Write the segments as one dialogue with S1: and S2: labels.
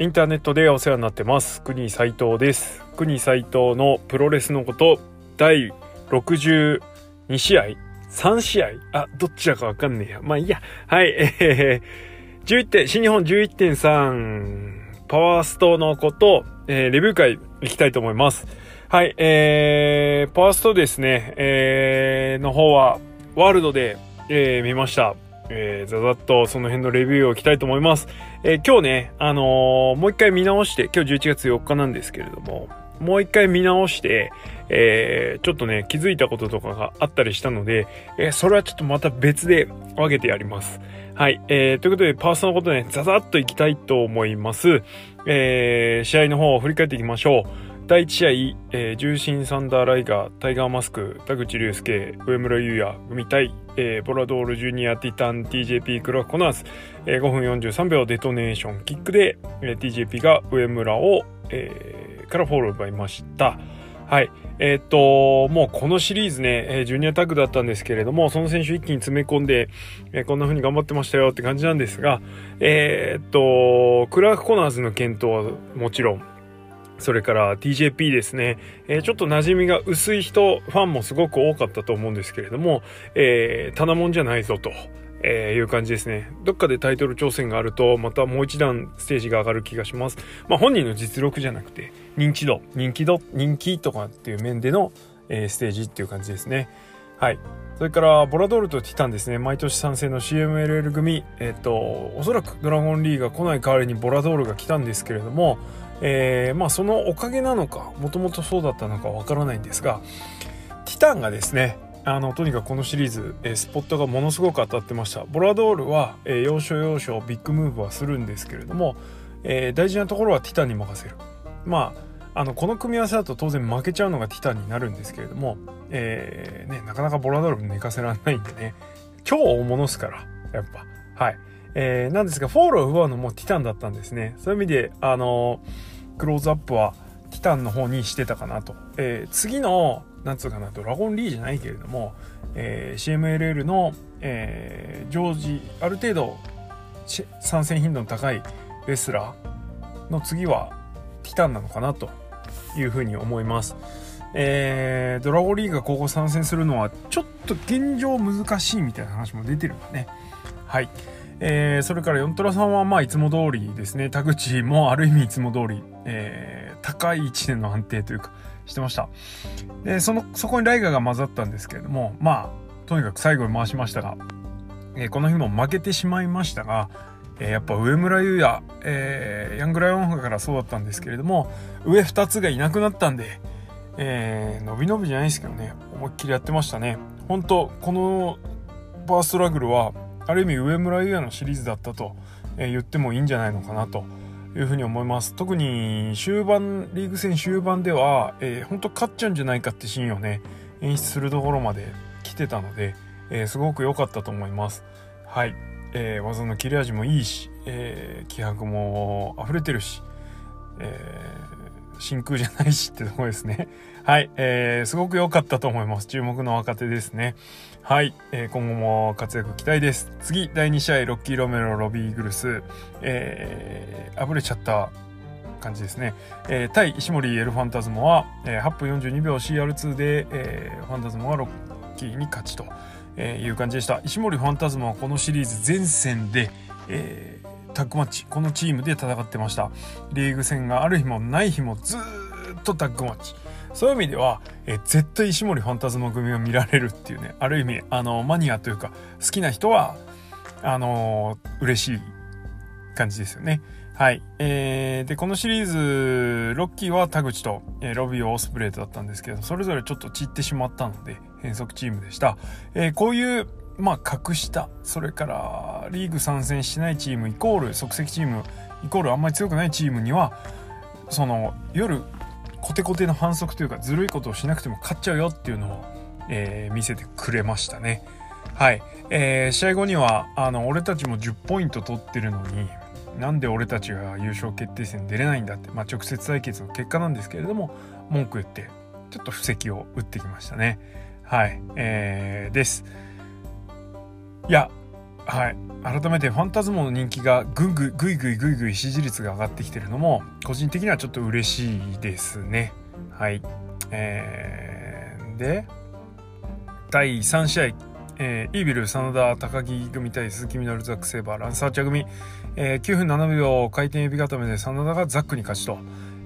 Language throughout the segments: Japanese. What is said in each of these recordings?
S1: インターネットでお世話になってます国斉藤です。国斉藤のプロレスのこと第62試合3試合どっちだかわかんねえや、まあいいや。はい、11点新日本 11.3 パワーストのこと、レビュー会いきたいと思います。はい、パワーストですね、の方はワールドで、見ました。ざざっとその辺のレビューをいきたいと思います。今日ね、もう一回見直して、今日11月4日なんですけれども、もう一回見直して、ちょっとね、気づいたこととかがあったりしたので、それはちょっとまた別で分けてやります。はい。ということで、パワーストのことね、ざざっといきたいと思います。試合の方を振り返っていきましょう。第1試合、重心サンダーライガー、タイガーマスク、田口竜介、上村優也、組対、ボラドールジュニア、ティタン、TJP、クラフコナーズ、5分43秒デトネーションキックで、TJP が上村を、からフォールを奪いました。はい。もうこのシリーズね、ジュニアタッグだったんですけれども、その選手一気に詰め込んで、こんな風に頑張ってましたよって感じなんですが、クラークコナーズの健闘はもちろん、それから TJP ですね、ちょっと馴染みが薄い人、ファンもすごく多かったと思うんですけれども、ただもんじゃないぞと、いう感じですね。どっかでタイトル挑戦があると、またもう一段ステージが上がる気がします。まあ本人の実力じゃなくて、人気とかっていう面での、ステージっていう感じですね。はい。それからボラドールとティタンですね、毎年参戦の CMLL 組、おそらくドラゴンリーが来ない代わりにボラドールが来たんですけれども、まあそのおかげなのか、もともとそうだったのかわからないんですが、ティタンがですね、とにかくこのシリーズ、スポットがものすごく当たってました。ボラドールは、要所要所ビッグムーブはするんですけれども、大事なところはティタンに任せる。まあこの組み合わせだと当然負けちゃうのがティタンになるんですけれども、なかなかボラドール寝かせられないんでね、超大物っすからやっぱ。はい。なんですがフォールを奪うのもティタンだったんですね。そういう意味でクローズアップはティタンの方にしてたかなと。次のなんつうかな、ドラゴンリーじゃないけれども、CMLL の、常時ある程度参戦頻度の高いレスラーの次はティタンなのかなというふうに思います。ドラゴンリーがここ参戦するのはちょっと現状難しいみたいな話も出てるんだね。はい。それからヨントラさんはまあいつも通りですね。田口もある意味いつも通り、高い位置での安定というかしてました。でそこにライガーが混ざったんですけれども、まあとにかく最後に回しましたが、この日も負けてしまいましたが、やっぱ上村優也、ヤングライオンからそうだったんですけれども、上2つがいなくなったんで、伸び伸びじゃないですけどね、思いっきりやってましたね。本当このパワーストラグルはある意味上村優也のシリーズだったと、言ってもいいんじゃないのかなというふうに思います。特にリーグ戦終盤では、本当勝っちゃうんじゃないかってシーンをね演出するところまで来てたので、すごく良かったと思います。はい。技の切れ味もいいし、気迫も溢れてるし、真空じゃないしってところですね。はい、すごく良かったと思います。注目の若手ですね。はい、今後も活躍期待です。次、第2試合、ロッキー・ロメロ、ロビー・グルス、あぶれちゃった感じですね。対石森エル・ファンタズモは、8分42秒 CR2 で、ファンタズモがロッキーに勝ちと、いう感じでした。石森ファンタズモはこのシリーズ全戦で、タッグマッチ、このチームで戦ってました。リーグ戦がある日もない日もずっとタッグマッチ。そういう意味では、絶対石森ファンタズモ組を見られるっていうね、ある意味マニアというか好きな人は嬉しい感じですよね。はい。でこのシリーズロッキーは田口と、ロビーはオスプレイトだったんですけど、それぞれちょっと散ってしまったので変則チームでした。こういう格下、それからリーグ参戦してないチームイコール即席チームイコールあんまり強くないチームには、その夜コテコテの反則というかずるいことをしなくても勝っちゃうよっていうのを、見せてくれましたね。はい。試合後には俺たちも10ポイント取ってるのになんで俺たちが優勝決定戦出れないんだって、直接対決の結果なんですけれども文句言ってちょっと布石を打ってきましたね。はい。です。いやはい、改めてファンタズモの人気がぐいぐい支持率が上がってきてるのも個人的にはちょっと嬉しいですね。はい、で第3試合、イービル真田高木組対鈴木みのるザックセイバーランサーチャ組、9分7秒回転エビ固めで真田がザックに勝ちと、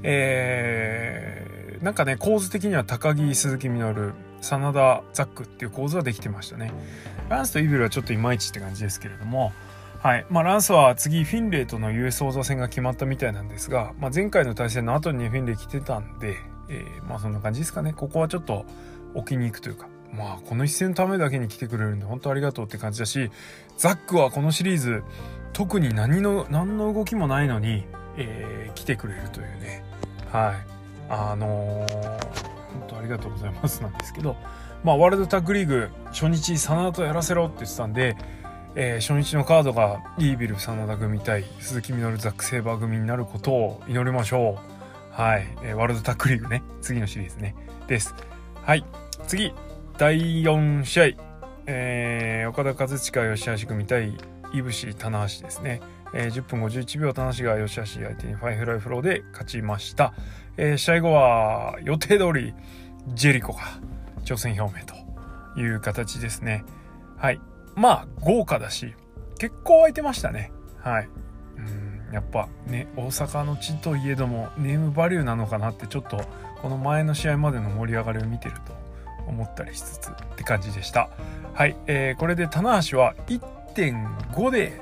S1: なんかね構図的には高木鈴木みのる真田ザックっていう構図はできてましたね。ランスとイービルはちょっといまいちって感じですけれども、はい、ランスは次フィンレイとの US 王座戦が決まったみたいなんですが、前回の対戦の後にねフィンレイ来てたんで、そんな感じですかね。ここはちょっと置きに行くというか、この一戦のためだけに来てくれるんで本当ありがとうって感じだし、ザックはこのシリーズ特に何の動きもないのに、来てくれるというね、はい本当ありがとうございますなんですけど、ワールドタッグリーグ初日真田とやらせろって言ってたんで、初日のカードがイービル真田組対鈴木みのるザックセイバー組になることを祈りましょう。はい、ワールドタッグリーグね、次のシリーズねです。はい、次第4試合、岡田和親吉橋組対いぶし棚橋ですね。10分51秒棚橋が吉橋相手にファイフライフローで勝ちました。試合後は予定通りジェリコが挑戦表明という形ですね。はい、豪華だし結構空いてましたね。はい、やっぱね大阪の地といえどもネームバリューなのかなってちょっとこの前の試合までの盛り上がりを見てると思ったりしつつって感じでした。はい、これで棚橋は 1.5 で、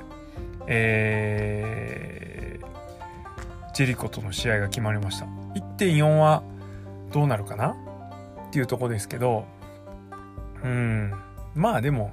S1: ジェリコとの試合が決まりました。 1.4 はどうなるかなっていうところですけど、でも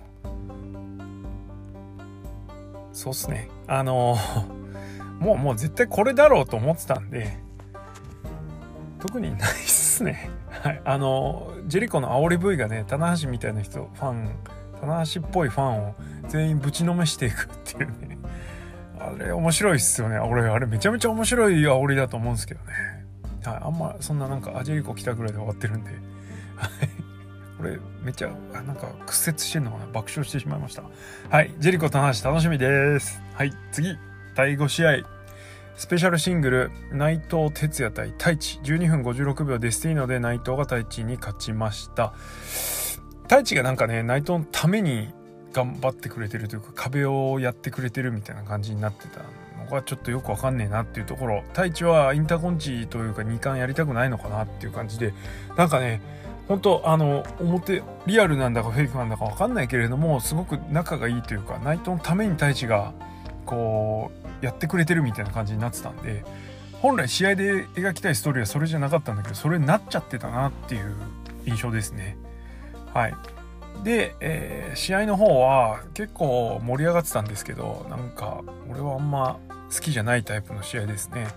S1: そうっすね、もう絶対これだろうと思ってたんで特にないっすね。はい、ジェリコの煽り V がね棚橋みたいな人棚橋っぽいファンを全員ぶちのめしていくっていうね、あれ面白いっすよね。俺あれめちゃめちゃ面白い煽りだと思うんですけどね。はい、あんまそんななんかジェリコ来たぐらいで終わってるんで、はい、これめっちゃなんか屈折してるのかな、爆笑してしまいました。はい、ジェリコ棚橋楽しみです。はい、次第5試合スペシャルシングル内藤哲也対太一、12分56秒デスティーノで内藤が太一に勝ちました。太一がなんかね内藤のために頑張ってくれてるというか壁をやってくれてるみたいな感じになってたのがちょっとよくわかんねえなっていうところ。太一はインターコンチというか2冠やりたくないのかなっていう感じで、なんかね本当表リアルなんだかフェイクなんだかわかんないけれどもすごく仲がいいというか内藤のために太一がこうやってくれてるみたいな感じになってたんで、本来試合で描きたいストーリーはそれじゃなかったんだけどそれになっちゃってたなっていう印象ですね。はい、で、試合の方は結構盛り上がってたんですけど、なんか俺はあんま好きじゃないタイプの試合ですね。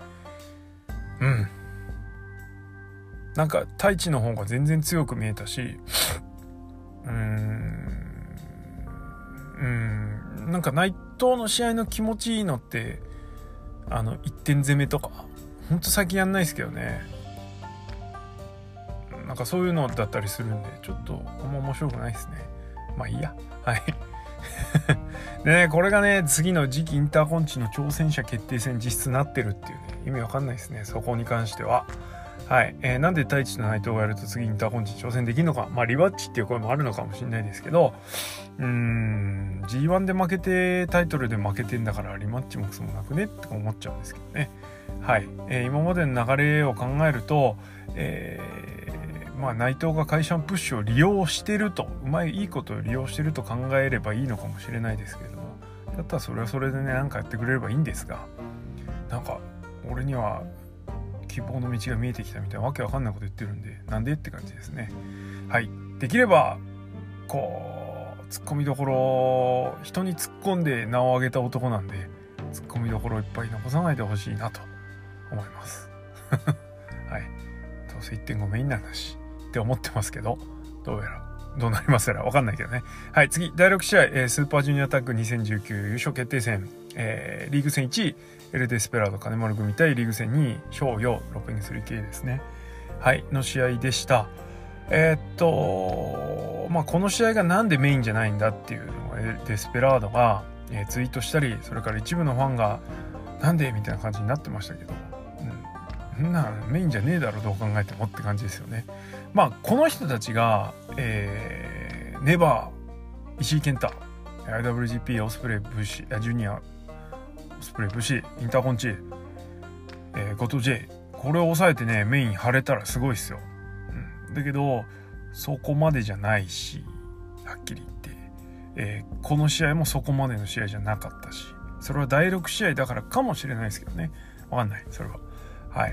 S1: なんか太一の方が全然強く見えたし、なんか内藤の試合の気持ちいいのって1点攻めとかほんと最近やんないですけどね、なんかそういうのだったりするんでちょっとあんま面白くないですね。いいや、はいでねこれがね次の次期インターコンチの挑戦者決定戦実質なってるっていうね、意味わかんないですねそこに関しては。はい、なんで太一と内藤がやると次インターコンチに挑戦できるのか、リバッチっていう声もあるのかもしれないですけど、G1 で負けてタイトルで負けてんだからリマッチもクソもなくねって思っちゃうんですけどね。はい、今までの流れを考えると、内藤が会社のプッシュを利用してるといいことを利用してると考えればいいのかもしれないですけれども、だったらそれはそれでねなんかやってくれればいいんですが、なんか俺には希望の道が見えてきたみたいなわけわかんないこと言ってるんでなんでって感じですね。はい、できればこうツッコミどころ人に突っ込んで名を上げた男なんでツッコミどころいっぱい残さないでほしいなと思いますはい、どうせ 1.5 メインなんだしって思ってますけど、どうなりますやら分かんないけどね。はい、次第6試合、スーパージュニアタッグ2019優勝決定戦、リーグ戦1位エルデスペラード金丸組対リーグ戦2位翔陽 6N3K ですね。はいの試合でした。この試合がなんでメインじゃないんだっていうのはデスペラードがツイートしたり、それから一部のファンがなんでみたいな感じになってましたけど、そんなメインじゃねえだろどう考えてもって感じですよね。この人たちが、ネバー、石井健太、IWGP、オスプレイ、ブシ、ジュニア、オスプレイ、ブシ、インターコンチ、後藤 J、これを抑えてねメイン張れたらすごいっすよ。だけどそこまでじゃないし、はっきり言って、この試合もそこまでの試合じゃなかったし、それは第6試合だからかもしれないですけどね、わかんない、それは。はい、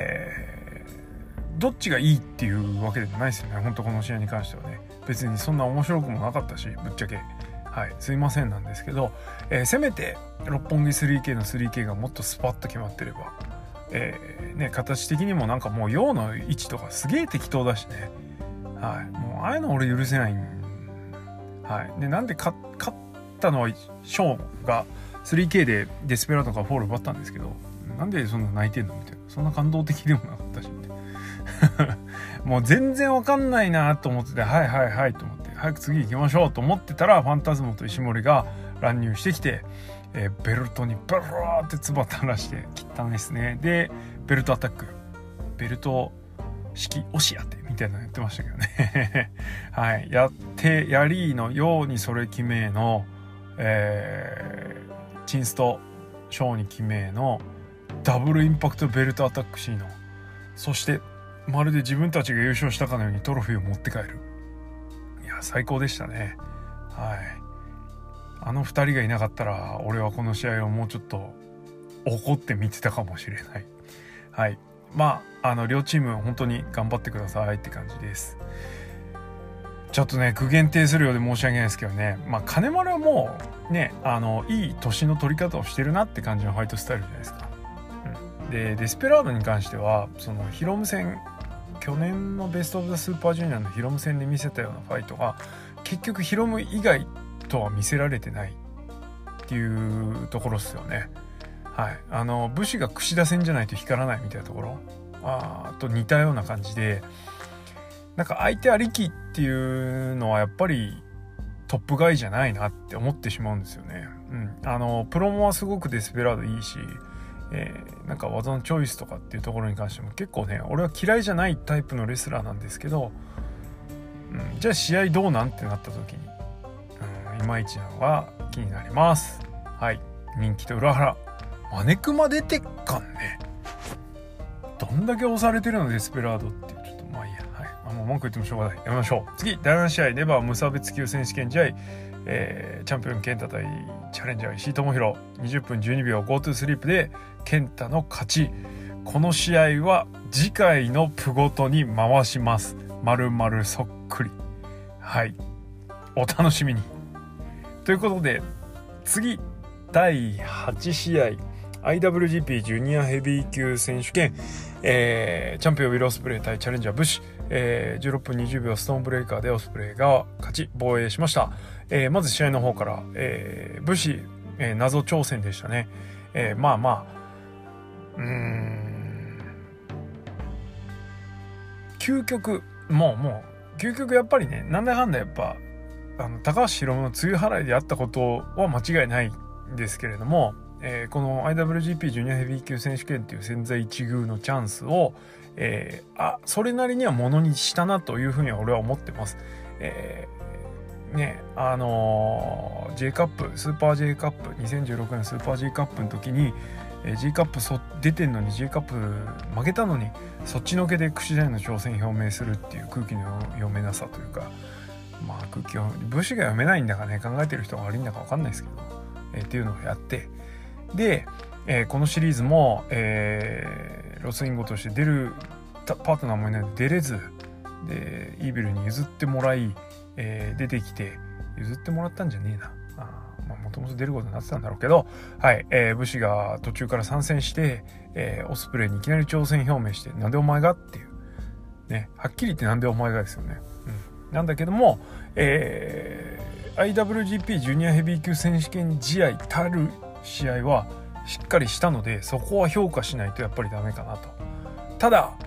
S1: どっちがいいっていうわけでもないですよね、本当この試合に関してはね。別にそんな面白くもなかったし、ぶっちゃけ、はい、すいませんなんですけど、せめて六本木 3K の 3K がもっとスパッと決まってれば、形的にもなんかもう陽の位置とかすげえ適当だしね、はい、もうああいうの俺許せない。はい、でなんで勝ったのはショーが 3K でデスペラードがフォール奪ったんですけど、なんでそんな泣いてんのみたいな、そんな感動的でもなかったしもう全然わかんないなと思ってて、はいはいはいと思って、早く次行きましょうと思ってたら、ファンタズモと石森が乱入してきて、ベルトにブローって唾垂らして汚いですね。でベルトアタック、ベルト式押し当てみたいなのやってましたけどねはい、やってやりのようにそれ決めの、チンストショーに決めのダブルインパクトベルトアタックシーの、そしてまるで自分たちが優勝したかのようにトロフィーを持って帰る。いや最高でしたね。はい、あの2人がいなかったら俺はこの試合をもうちょっと怒って見てたかもしれない。はい、両チーム本当に頑張ってくださいって感じです。ちょっとね苦言呈するようで申し訳ないですけどね、金丸はもうねいい年の取り方をしてるなって感じのファイトスタイルじゃないですか。でデスペラードに関してはそのヒロム戦、去年のベストオブザスーパージュニアのヒロム戦で見せたようなファイトが結局ヒロム以外とは見せられてないっていうところですよね。はい、武士が櫛田戦じゃないと光らないみたいなところと似たような感じで、なんか相手ありきっていうのはやっぱりトップガイじゃないなって思ってしまうんですよね。プロモはすごくデスペラードいいし、なんか技のチョイスとかっていうところに関しても結構ね俺は嫌いじゃないタイプのレスラーなんですけど、じゃあ試合どうなんってなった時に、いまいちなのが気になります。はい、人気と裏腹マネクマ出てっかんね。どんだけ押されてるのデスペラードっていう、ちょっとまあいいや、はい、もう文句言ってもしょうがない、やめましょう。次第7試合ネバー無差別級選手権試合、チャンピオン健太対チャレンジャー石井智弘、20分12秒 GoTo スリープで健太の勝ち。この試合は次回のプごとに回します。丸々そっくり。はい、お楽しみに。ということで次第8試合 IWGP ジュニアヘビー級選手権、チャンピオンウィル・オスプレイ対チャレンジャーブシ、16分20秒ストーンブレイカーでオスプレイが勝ち防衛しました。まず試合の方から、ブシ、謎挑戦でしたね。究極もう究極やっぱりね、なんだかんだやっぱ高橋宏夢の露払いであったことは間違いないんですけれども、この IWGP ジュニアヘビー級選手権っていう千載一遇のチャンスを、それなりにはものにしたなというふうには俺は思ってます。J カップスーパー J カップ2016年スーパー J カップの時に、J カップ出てんのに J カップ負けたのにそっちのけで櫛田への挑戦表明するっていう空気の読めなさというか、空気を武士が読めないんだかね、考えてる人が悪いんだか分かんないですけど、っていうのをやって、で、このシリーズも、ロスインゴとして出るパートナーもいないので出れずで、イービルに譲ってもらい、出てきて譲ってもらったんじゃねえな、もともと出ることになってたんだろうけど、はい、武士が途中から参戦して、オスプレイにいきなり挑戦表明して、なんでお前がっていうね、はっきり言ってなんでお前がですよね。なんだけども、IWGP ジュニアヘビー級選手権試合たる試合はしっかりしたので、そこは評価しないとやっぱりダメかなと。ただ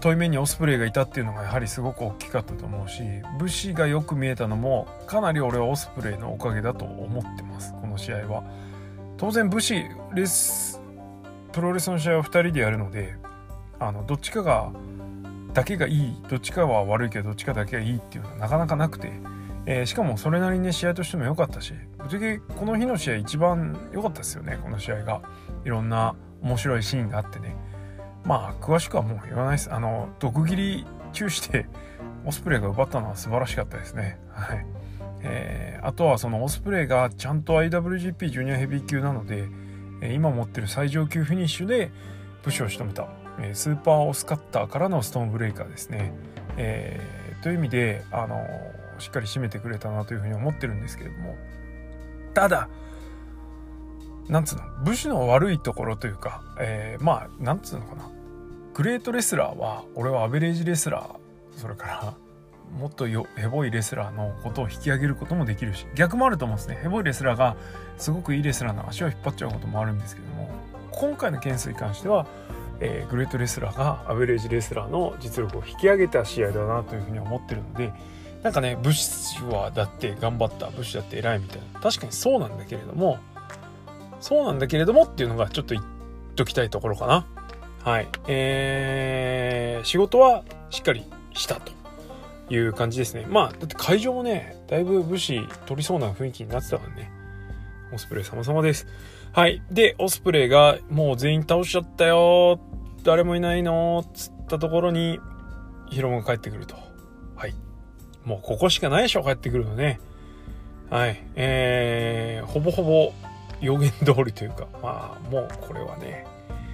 S1: 対面にオスプレイがいたっていうのがやはりすごく大きかったと思うし、武士がよく見えたのもかなり俺はオスプレイのおかげだと思ってます。この試合は当然武士プロレスの試合は2人でやるので、どっちかだけがいい、どっちかは悪いけどどっちかだけがいいっていうのはなかなかなくて、しかもそれなりに、ね、試合としても良かったし、ぶっちゃけこの日の試合一番良かったですよね。この試合がいろんな面白いシーンがあってね、まあ詳しくはもう言わないです。毒斬り中してオスプレイが奪ったのは素晴らしかったですね。はい。あとはそのオスプレイがちゃんと IWGP ジュニアヘビー級なので、今持ってる最上級フィニッシュで武士を仕留めた、スーパーオスカッターからのストーンブレイカーですね。という意味でしっかり締めてくれたなというふうに思ってるんですけれども、ただなんつうの、武士の悪いところというか、まあなんつうのかな、グレートレスラーは俺はアベレージレスラー、それからもっとヘボいレスラーのことを引き上げることもできるし、逆もあると思うんですね。ヘボいレスラーがすごくいいレスラーの足を引っ張っちゃうこともあるんですけども、今回の件数に関しては、グレートレスラーがアベレージレスラーの実力を引き上げた試合だなというふうに思ってるので、なんかね、武士はだって頑張った、武士だって偉いみたいな、確かにそうなんだけれどもっていうのがちょっと言っときたいところかな。はい。仕事はしっかりしたという感じですね。まあだって会場もね、だいぶ武士取りそうな雰囲気になってたからね。オスプレイ様々です。はい。でオスプレイがもう全員倒しちゃったよ、誰もいないのつったところにヒロムが帰ってくると。はい。もうここしかないでしょ、帰ってくるのね。はい。ほぼほぼ予言通りというか、まあもうこれはね、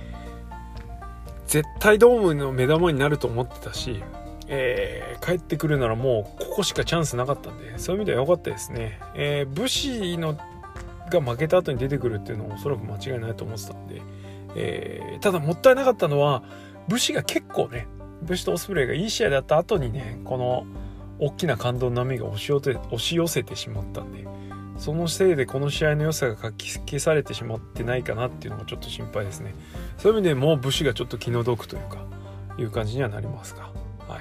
S1: 絶対ドームの目玉になると思ってたし、帰ってくるならもうここしかチャンスなかったんで、そういう意味では良かったですね。武士が負けた後に出てくるっていうのはおそらく間違いないと思ってたんで、ただもったいなかったのは、武士が結構ね、武士とオスプレイがいい試合だった後にね、この大きな感動の波が押し寄せてしまったんで、そのせいでこの試合の良さがかき消されてしまってないかなっていうのがちょっと心配ですね。そういう意味でもう武士がちょっと気の毒というかいう感じにはなりますが、はい。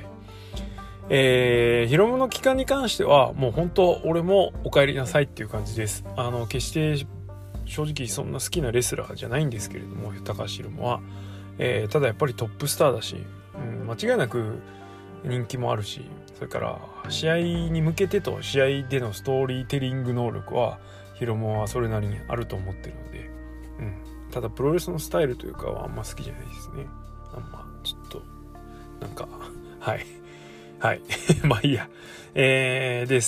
S1: ヒロムの帰還に関してはもう本当俺もお帰りなさいっていう感じです。決して正直そんな好きなレスラーじゃないんですけれども、高橋ヒロムは、ただやっぱりトップスターだし、間違いなく人気もあるし、それから試合に向けてと試合でのストーリーテリング能力はヒロムはそれなりにあると思ってるので、ただプロレスのスタイルというかはあんま好きじゃないですね。ちょっとなんかはいまあいいや、です。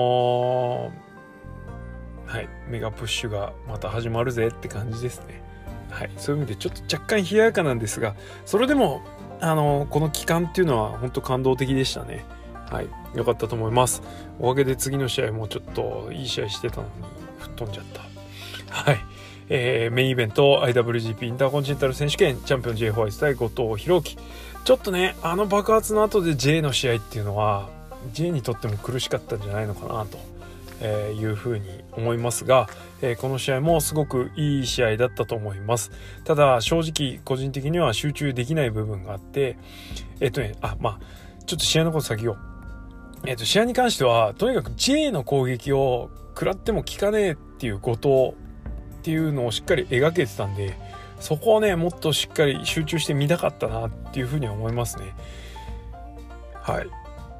S1: はいメガプッシュがまた始まるぜって感じですね。はい、そういう意味でちょっと若干冷ややかなんですが、それでもこの期間っていうのは本当感動的でしたね。はい、良かったと思います。おかげで次の試合もちょっといい試合してたのに吹っ飛んじゃった。はい、メインイベント IWGP インターコンチネンタル選手権チャンピオン J ホワイト対後藤弘樹。ちょっとね、爆発の後で J の試合っていうのは J にとっても苦しかったんじゃないのかなというふうに思いますが、この試合もすごくいい試合だったと思います。ただ正直個人的には集中できない部分があって、ちょっと試合のこと先を、試合に関してはとにかく J の攻撃を食らっても効かねえっていう後藤っていうのをしっかり描けてたんで、そこをねもっとしっかり集中して見たかったなっていうふうには思いますね。はい。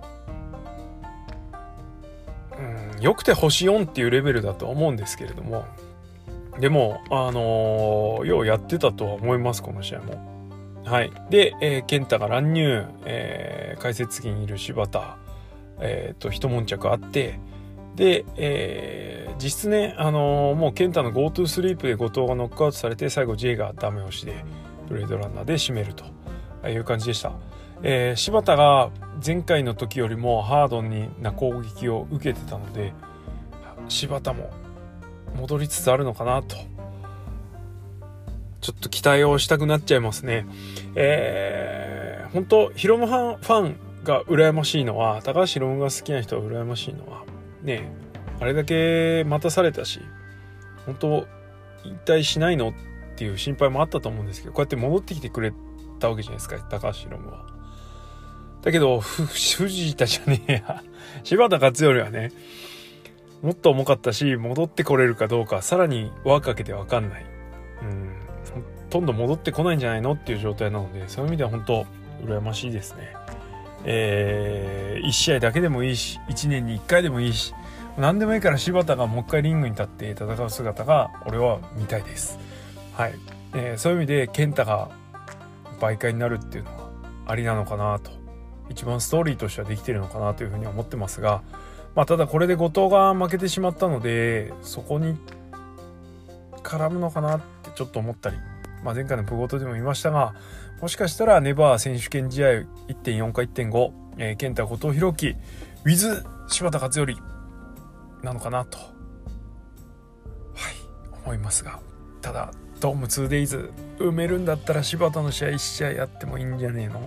S1: よくて星4っていうレベルだとは思うんですけれども、でもようやってたとは思います、この試合も。はい。で、健太が乱入、解説席にいる柴田、一悶着あって、で、実質ね、もう健太の GoTo スリープで後藤がノックアウトされて、最後 J がダメ押しでブレードランナーで締めるという感じでした。柴田が前回の時よりもハードな攻撃を受けてたので、柴田も戻りつつあるのかなとちょっと期待をしたくなっちゃいますね。本当ヒロムファンが羨ましいのは、高橋ヒロムが好きな人が羨ましいのはね、あれだけ待たされたし、本当引退しないのっていう心配もあったと思うんですけど、こうやって戻ってきてくれたわけじゃないですか、高橋ヒロムは。 だけど藤田じゃねえや柴田勝頼はねもっと重かったし、戻ってこれるかどうかさらに輪かけて分かんない、ほとんど戻ってこないんじゃないのっていう状態なので、そういう意味では本当羨ましいですね。1試合だけでもいいし1年に1回でもいいし何でもいいから柴田がもう一回リングに立って戦う姿が俺は見たいです。はい、そういう意味で健太が媒介になるっていうのはありなのかなと、一番ストーリーとしてはできてるのかなというふうに思ってますが、ただこれで後藤が負けてしまったのでそこに絡むのかなってちょっと思ったり、前回のプゴトでも言いましたが、もしかしたらネバー選手権試合 1.4 か 1.5、健太後藤弘樹 with 柴田勝頼なのかなと、思いますが、ただドーム 2days 埋めるんだったら柴田の試合1試合やってもいいんじゃねえの。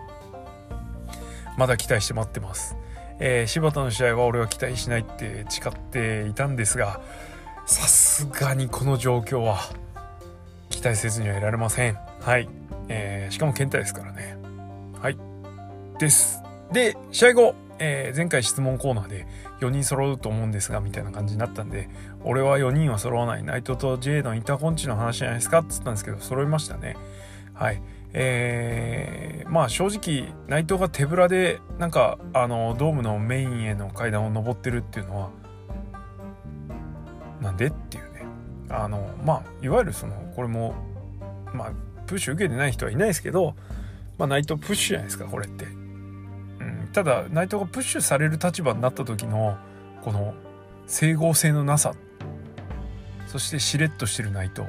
S1: まだ期待して待ってます。柴田の試合は俺は期待しないって誓っていたんですが、さすがにこの状況は期待せずにはいられません。はい、しかも健太ですからね。はいです。で試合後、前回質問コーナーで4人揃うと思うんですがみたいな感じになったんで、俺は4人は揃わない、内藤と J のインターコンチの話じゃないですかって言ったんですけど、揃いましたね。はい、正直内藤が手ぶらでなんかドームのメインへの階段を登ってるっていうのはなんでっていうね、いわゆるこれもプッシュ受けてない人はいないですけど、内藤プッシュじゃないですかこれって、ただ内藤がプッシュされる立場になった時のこの整合性のなさ、そしてしれっとしてる内藤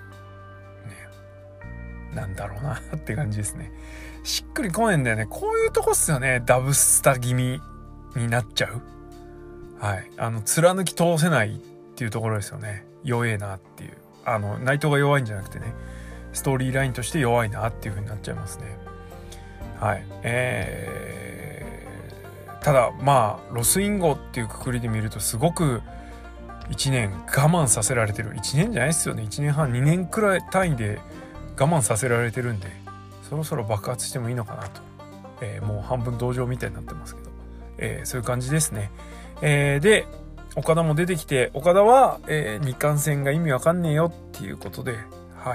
S1: なんだろうなって感じですね。しっくりこねんだよね。こういうとこっすよね。ダブスタ気味になっちゃう。はい。貫き通せないっていうところですよね。弱えなっていう。内藤が弱いんじゃなくてね、ストーリーラインとして弱いなっていう風になっちゃいますね。はい。ただロスインゴっていうくくりで見るとすごく1年我慢させられてる。1年じゃないですよね。1年半、2年くらい単位で我慢させられてるんで、そろそろ爆発してもいいのかなと、もう半分同情みたいになってますけど、そういう感じですね。で岡田も出てきて、岡田は、日韓戦が意味わかんねえよっていうことで、はい、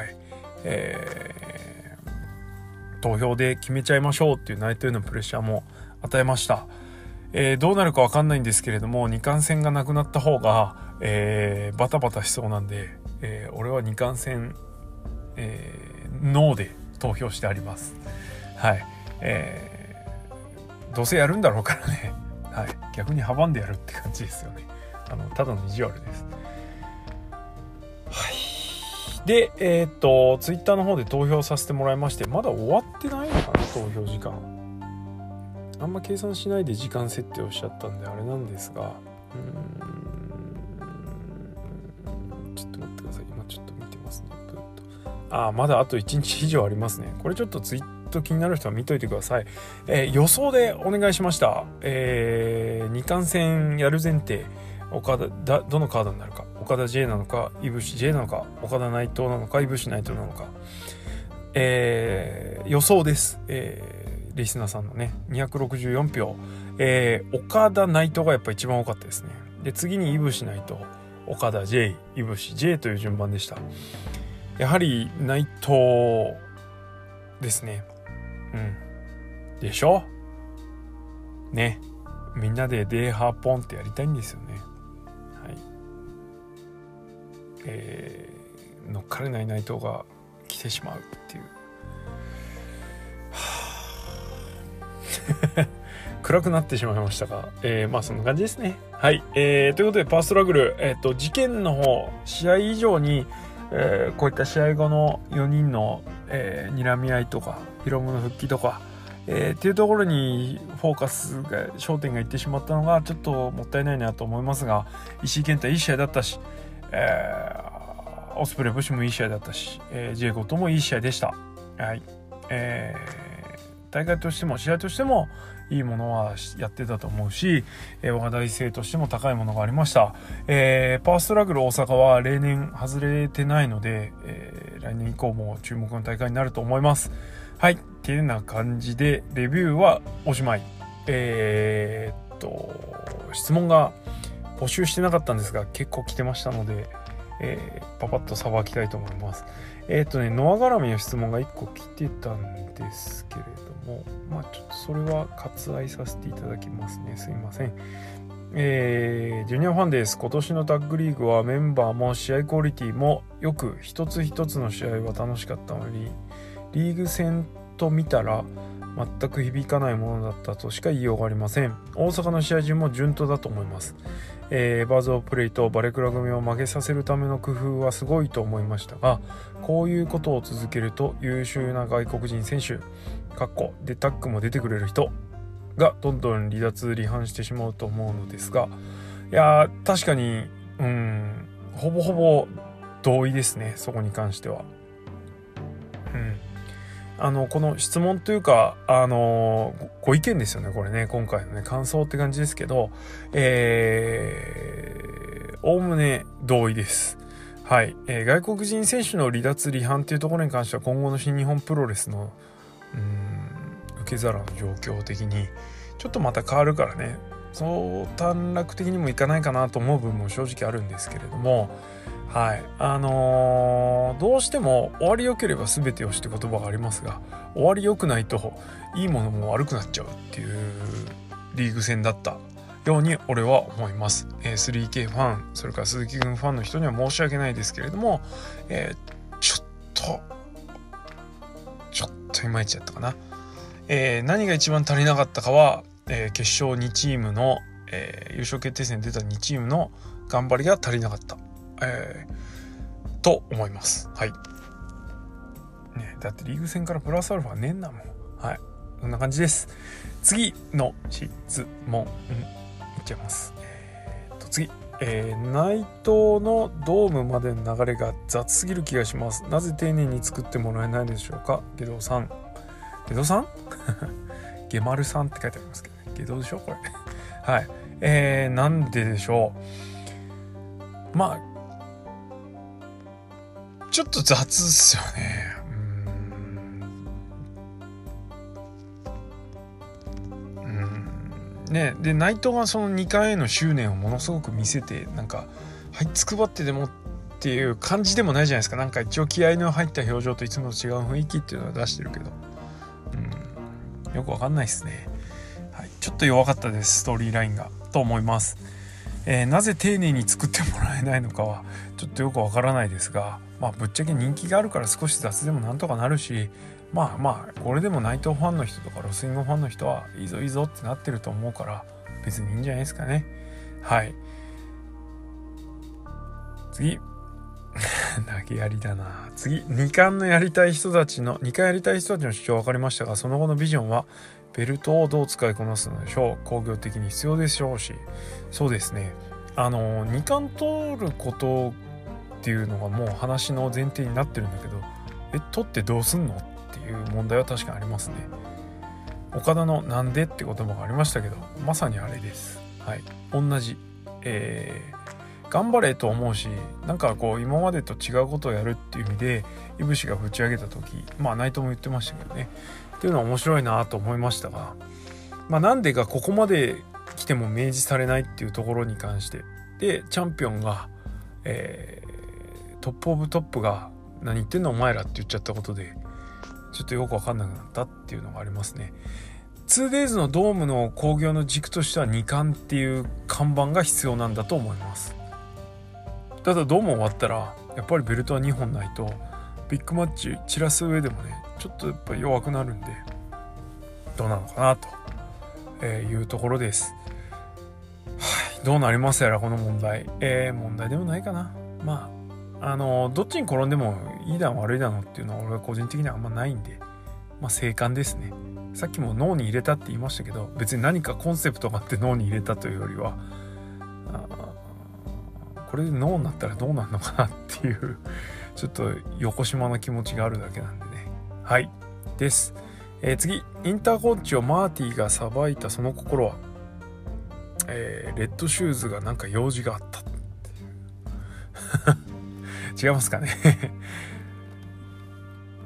S1: 投票で決めちゃいましょうっていう内藤へのプレッシャーも与えました。どうなるかわかんないんですけれども、日韓戦がなくなった方が、バタバタしそうなんで、俺は日韓戦ノーで投票してあります。はい、どうせやるんだろうからね、はい、逆に阻んでやるって感じですよね。ただの意地悪です。はい。でツイッターの方で投票させてもらいまして、まだ終わってないのかな、投票時間。あんま計算しないで時間設定をしちゃったんであれなんですが、ちょっと待ってください。今ちょっと見てますね。まだあと1日以上ありますね。これちょっとツイート気になる人は見といてください。予想でお願いしました。二冠戦やる前提、岡田どのカードになるか、岡田 J なのか、いぶし J なのか、岡田内藤なのか、いぶし内藤なのか、予想です。リスナーさんのね264票、岡田内藤がやっぱ一番多かったですね。で次にいぶし内藤、岡田 J、いぶし J という順番でした。やはり内藤ですね。でしょね。みんなでデーハーポンってやりたいんですよね。はい。乗っかれない内藤が来てしまうっていう。暗くなってしまいましたが、そんな感じですね。はい。ということでパワーストラグル、事件の方、試合以上にこういった試合後の4人の、睨み合いとかヒロムの復帰とか、っていうところにフォーカスが焦点がいってしまったのがちょっともったいないなと思いますが、石井健太いい試合だったし、オスプレイブシもいい試合だったし、ジェイゴトもいい試合でした。はい。大会としても試合としてもいいものはやってたと思うし、話題性としても高いものがありました。パワーストラグル大阪は例年外れてないので、来年以降も注目の大会になると思います。はい。 てな感じでレビューはおしまい。質問が募集してなかったんですが結構来てましたので、パパッとさばきたいと思います。ノア絡みの質問が1個来てたんですけれども、ちょっとそれは割愛させていただきますね。すいません。ジュニアファンです。今年のタッグリーグはメンバーも試合クオリティもよく一つ一つの試合は楽しかったのに、リーグ戦と見たら全く響かないものだったとしか言いようがありません。大阪の試合順も順当だと思います。バーズオブプレイとバレクラ組を負けさせるための工夫はすごいと思いましたが、こういうことを続けると優秀な外国人選手でタッグも出てくれる人がどんどん離脱離反してしまうと思うのですが、いや確かにほぼほぼ同意ですね、そこに関しては。この質問というかご意見ですよね、これね。今回のね感想って感じですけど、おおむね同意です。はい、外国人選手の離脱離反っていうところに関しては今後の新日本プロレスの受け皿の状況的にちょっとまた変わるからね、そう短絡的にもいかないかなと思う部分も正直あるんですけれども、はい、どうしても終わり良ければ全てよしって言葉がありますが、終わり良くないといいものも悪くなっちゃうっていうリーグ戦だったように俺は思います。3K ファン、それから鈴木軍ファンの人には申し訳ないですけれども、ちょっといまいちだったかな。何が一番足りなかったかは、決勝2チームの、優勝決定戦に出た2チームの頑張りが足りなかった、と思います。はい、だってリーグ戦からプラスアルファねんなもん。はい、こんな感じです。次の質問、いっちゃいます。次、内藤のドームまでの流れが雑すぎる気がします。なぜ丁寧に作ってもらえないでしょうか。ゲドさんゲマルさんって書いてありますけどね、ゲドでしょこれはい、なんででしょう。ちょっと雑っすよね。で内藤がその2回への執念をものすごく見せて、はいつくばってでもっていう感じでもないじゃないですか。一応気合の入った表情といつもと違う雰囲気っていうのは出してるけど、よくわかんないですね。はい、ちょっと弱かったです、ストーリーラインがと思います。なぜ丁寧に作ってもらえないのかはちょっとよくわからないですが、ぶっちゃけ人気があるから少し雑でもなんとかなるし、これでも内藤ファンの人とかロスインゴファンの人はいいぞいいぞってなってると思うから別にいいんじゃないですかね。はい、次投げやりだな。次、2冠やりたい人たちの主張分かりましたが、その後のビジョンはベルトをどう使いこなすのでしょう。工業的に必要でしょうし、そうですね、2冠取ることっていうのがもう話の前提になってるんだけど、取ってどうすんのっていう問題は確かにありますね。岡田のなんでって言葉がありましたけど、まさにあれです。はい、同じ、頑張れと思うし、今までと違うことをやるっていう意味でいぶしがぶち上げた時、内藤も言ってましたけどねっていうのは面白いなと思いましたが、なんでかここまで来ても明示されないっていうところに関してで、チャンピオンが、トップオブトップが何言ってんのお前らって言っちゃったことでちょっとよく分かんなくなったっていうのがありますね。2days のドームの興行の軸としては2冠っていう看板が必要なんだと思います。ただドーム終わったらやっぱりベルトは2本ないとビッグマッチ散らす上でもねちょっとやっぱり弱くなるんで、どうなのかなというところです。はい、どうなりますやらこの問題、問題でもないかな。どっちに転んでもいいだの悪いだのっていうのは俺は個人的にはあんまないんで、静観ですね。さっきも脳に入れたって言いましたけど、別に何かコンセプトがあって脳に入れたというよりはこれで脳になったらどうなるのかなっていうちょっと横島な気持ちがあるだけなんでね。はいです。次、インターコーチをマーティがさばいたその心は、レッドシューズが用事があったっていう違いますかね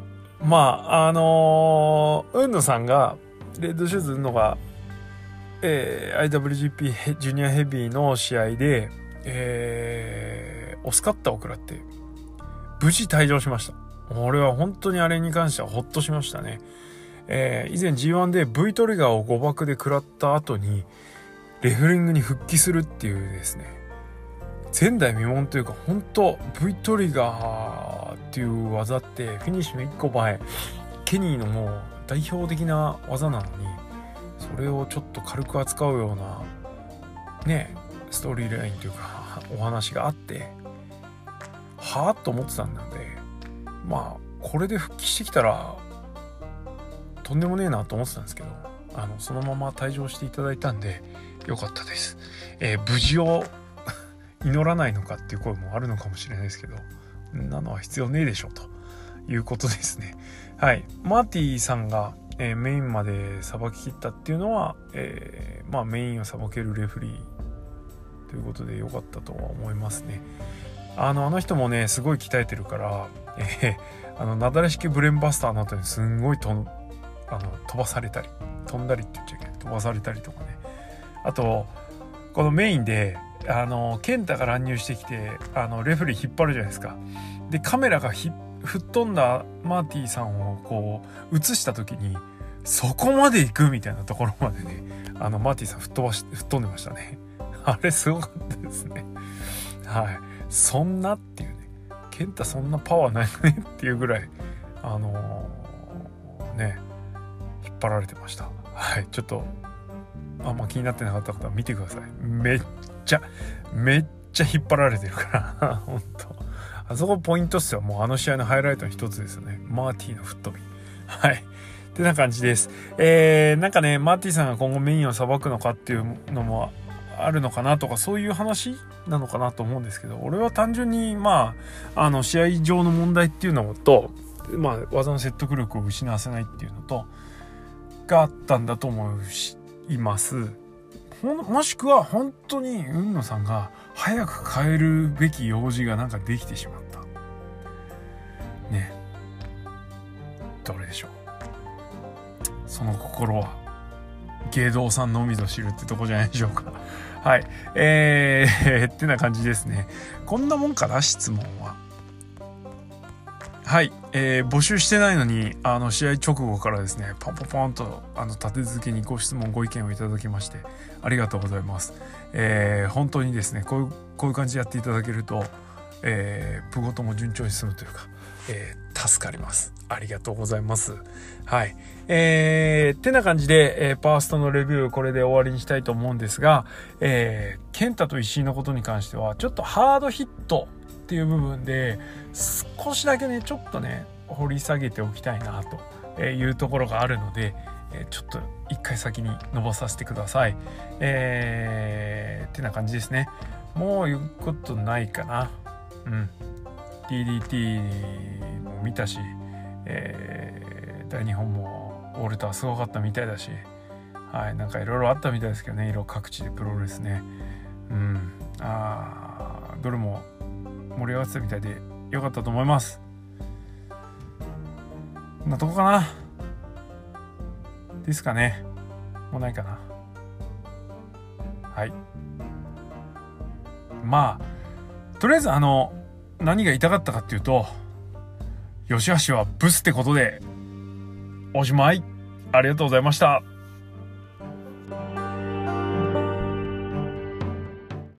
S1: 海野さんがレッドシューズ海野が、IWGP ジュニアヘビーの試合で、オスカッターを食らって無事退場しました。俺は本当にあれに関してはホッとしましたね。以前 G1 で V トリガーを誤爆で食らった後にレフリングに復帰するっていうですね、前代未聞というか、本当 V トリガーっていう技ってフィニッシュの1個前、ケニーのもう代表的な技なのに、それをちょっと軽く扱うようなねストーリーラインというかお話があって、はぁと思ってたんで、これで復帰してきたらとんでもねえなと思ってたんですけど、そのまま退場していただいたんでよかったです。無事を祈らないのかっていう声もあるのかもしれないですけど、なのは必要ねえでしょということですね。はい、マーティさんが、メインまでさばききったっていうのは、メインをさばけるレフリーということでよかったとは思いますね。あの人もねすごい鍛えてるから、なだれ式ブレーンバスターの後にすんごい飛ばされたり、飛んだりって言っちゃいけない、飛ばされたりとかね。あとこのメインでケンタが乱入してきてレフェリー引っ張るじゃないですか。でカメラが吹っ飛んだマーティさんをこう映した時にそこまで行くみたいなところまでねマーティさん吹っ飛んでましたね。あれすごかったですね。はい、そんなっていうね、ケンタそんなパワーないねっていうぐらい引っ張られてました。はい、ちょっと気になってなかった方は見てください。めっちゃ引っ張られてるから本当あそこポイントっすよ。もう試合のハイライトの一つですよね、マーティの吹っ飛び。はい、ってな感じです。マーティさんが今後メインをさばくのかっていうのもあるのかなとか、そういう話なのかなと思うんですけど、俺は単純に試合上の問題っていうのと、技の説得力を失わせないっていうのとがあったんだと思います。もしくは本当に海野さんが早く帰るべき用事ができてしまったね。どれでしょう。その心は芸道さんのみぞ知るってとこじゃないでしょうか。はい、ってな感じですね。こんなもんかな、質問は。はい、募集してないのに試合直後からですねポンと立て続けにご質問ご意見をいただきましてありがとうございます。本当にですねこういう感じでやっていただけると、プゴトも順調に進むというか、助かります。ありがとうございます。はい、ってな感じで、パーストのレビューこれで終わりにしたいと思うんですが、ケンタと石井のことに関してはちょっとハードヒットっていう部分で少しだけねちょっとね掘り下げておきたいなというところがあるので、ちょっと一回先に伸ばさせてください。ってな感じですね。もう言うことないかな。DDT も見たし、大日本もウォルターすごかったみたいだし、はい、いろいろあったみたいですけどね、各地でプロレスね。どれも盛り上がってたみたいで良かったと思います。こんなとこかなですかね。もうないかな。はい、とりあえず何が言いたかったかっていうと、吉橋はブスってことでおしまい。ありがとうございました。